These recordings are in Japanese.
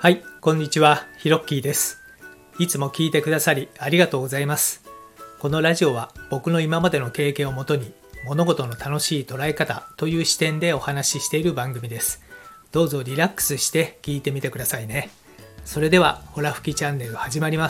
はい、こんにちは、ヒロッキーです。いつも聞いてくださりありがとうございます。このラジオは僕の今までの経験をもとに物事の楽しい捉え方という視点でお話ししている番組です。どうぞリラックスして聞いてみてくださいね。それではホラ吹きチャンネル始まります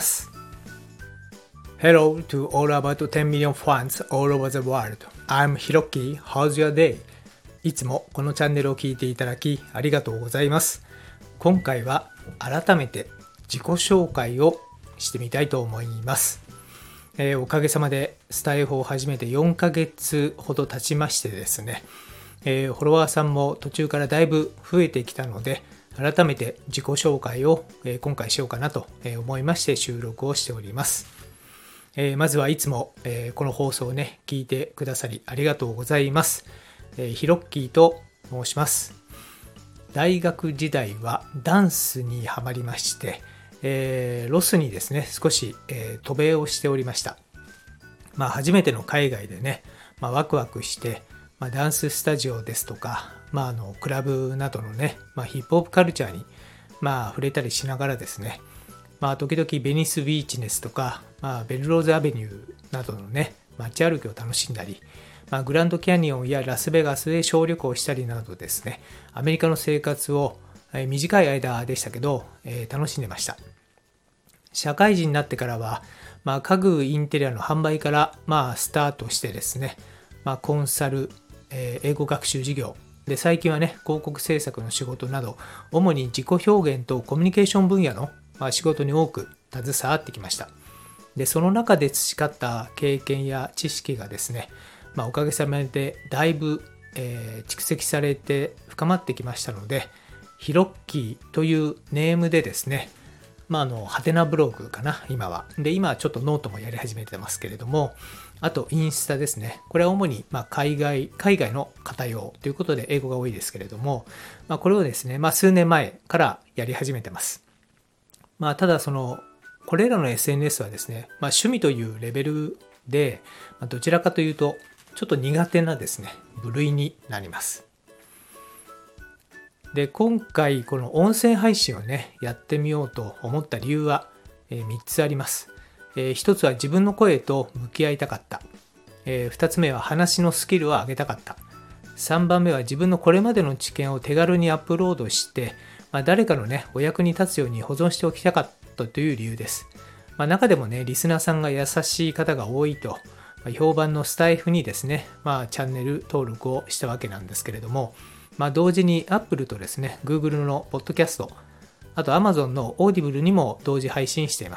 。Hello to all about 10 million fans all over the world. I'm Hiroki. How's your day? いつもこのチャンネルを聞いていただきありがとうございます。今回は改めて自己紹介をしてみたいと思います。おかげさまでスタイフを始めて4ヶ月ほど経ちましてですね、フォロワーさんも途中からだいぶ増えてきたので、改めて自己紹介を今回しようかなと思いまして収録をしております。まずはいつもこの放送をね聞いてくださりありがとうございます。ヒロッキーと申します。大学時代はダンスにハマりまして、ロスにですね少し、渡米をしておりました。初めての海外でね、ワクワクして、ダンススタジオですとか、クラブなどのね、ヒップホップカルチャーに、触れたりしながらですね、時々ベニスビーチですとか、ベルローズアベニューなどのね街歩きを楽しんだり、グランドキャニオンやラスベガスへ小旅行したりなどですね、アメリカの生活を短い間でしたけど、楽しんでました。社会人になってからは、家具インテリアの販売から、スタートしてですね、コンサル、英語学習事業で、最近はね広告制作の仕事など主に自己表現とコミュニケーション分野の、仕事に多く携わってきました。でその中で培った経験や知識がですね、おかげさまでだいぶ、蓄積されて深まってきましたので、ヒロッキーというネームでですね、ハテナブログかな今は。で今はちょっとノートもやり始めてますけれども、あとインスタですね。これは主に海外の方用ということで英語が多いですけれども、これをですね、数年前からやり始めてます。ただこれらの SNS はですね、趣味というレベルで、どちらかというとちょっと苦手なですね部類になります。で今回この音声配信をねやってみようと思った理由は3つあります。1つは自分の声と向き合いたかった。2つ目は話のスキルを上げたかった。3番目は自分のこれまでの知見を手軽にアップロードして、誰かのねお役に立つように保存しておきたかったという理由です。中でもねリスナーさんが優しい方が多いと評判のスタイフにですね、チャンネル登録をしたわけなんですけれども、同時に Apple とですね Google のポッドキャスト、あと Amazon の Audible にも同時配信しています。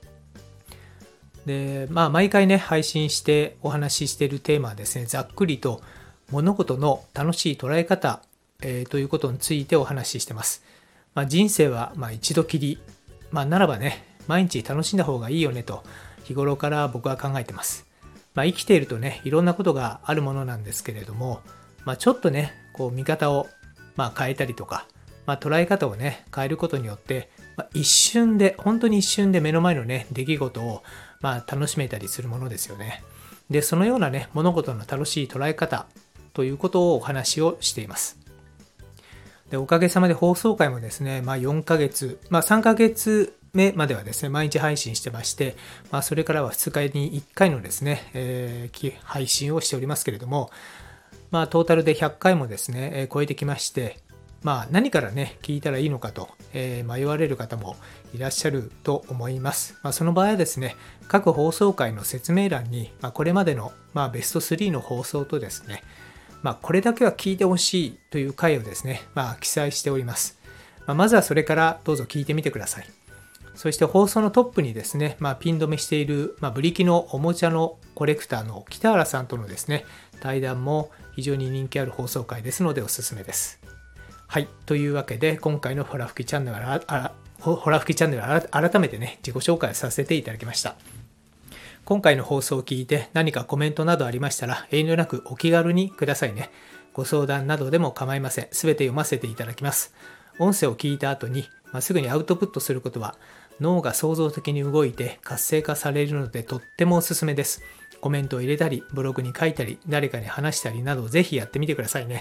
で毎回ね配信してお話ししているテーマはですね、ざっくりと物事の楽しい捉え方、ということについてお話ししてます。人生は一度きり、ならばね毎日楽しんだ方がいいよねと日頃から僕は考えてます。生きているとねいろんなことがあるものなんですけれども、ちょっとねこう見方を変えたりとか、捉え方をね変えることによって、一瞬で本当に一瞬で目の前のね出来事を楽しめたりするものですよね。でそのようなね物事の楽しい捉え方ということをお話をしています。でおかげさまで放送回もですね、4ヶ月、3ヶ月目まではですね毎日配信してまして、それからは2日に1回のですね、配信をしておりますけれども、トータルで100回もですね、超えてきまして、何からね聞いたらいいのかと、迷われる方もいらっしゃると思います。その場合はですね、各放送回の説明欄に、これまでの、ベスト3の放送とですね、これだけは聞いてほしいという回をですね、記載しております。まずはそれからどうぞ聞いてみてください。そして放送のトップにですね、ピン止めしている、ブリキのおもちゃのコレクターの北原さんとのですね対談も非常に人気ある放送回ですのでおすすめです。はい、というわけで今回のホラ吹きチャンネルは改めてね自己紹介させていただきました。今回の放送を聞いて何かコメントなどありましたら遠慮なくお気軽にくださいね。ご相談などでも構いません。すべて読ませていただきます。音声を聞いた後に、すぐにアウトプットすることは脳が創造的に動いて活性化されるのでとってもおすすめです。コメントを入れたり、ブログに書いたり、誰かに話したりなどぜひやってみてくださいね。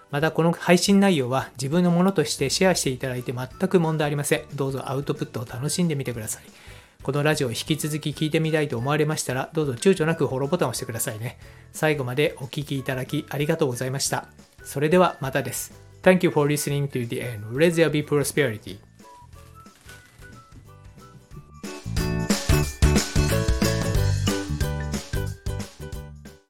またこの配信内容は自分のものとしてシェアしていただいて全く問題ありません。どうぞアウトプットを楽しんでみてください。このラジオを引き続き聞いてみたいと思われましたら、どうぞ躊躇なくフォローボタンを押してくださいね。最後までお聞きいただきありがとうございました。それではまたです。Thank you for listening to the end. Let there be prosperity.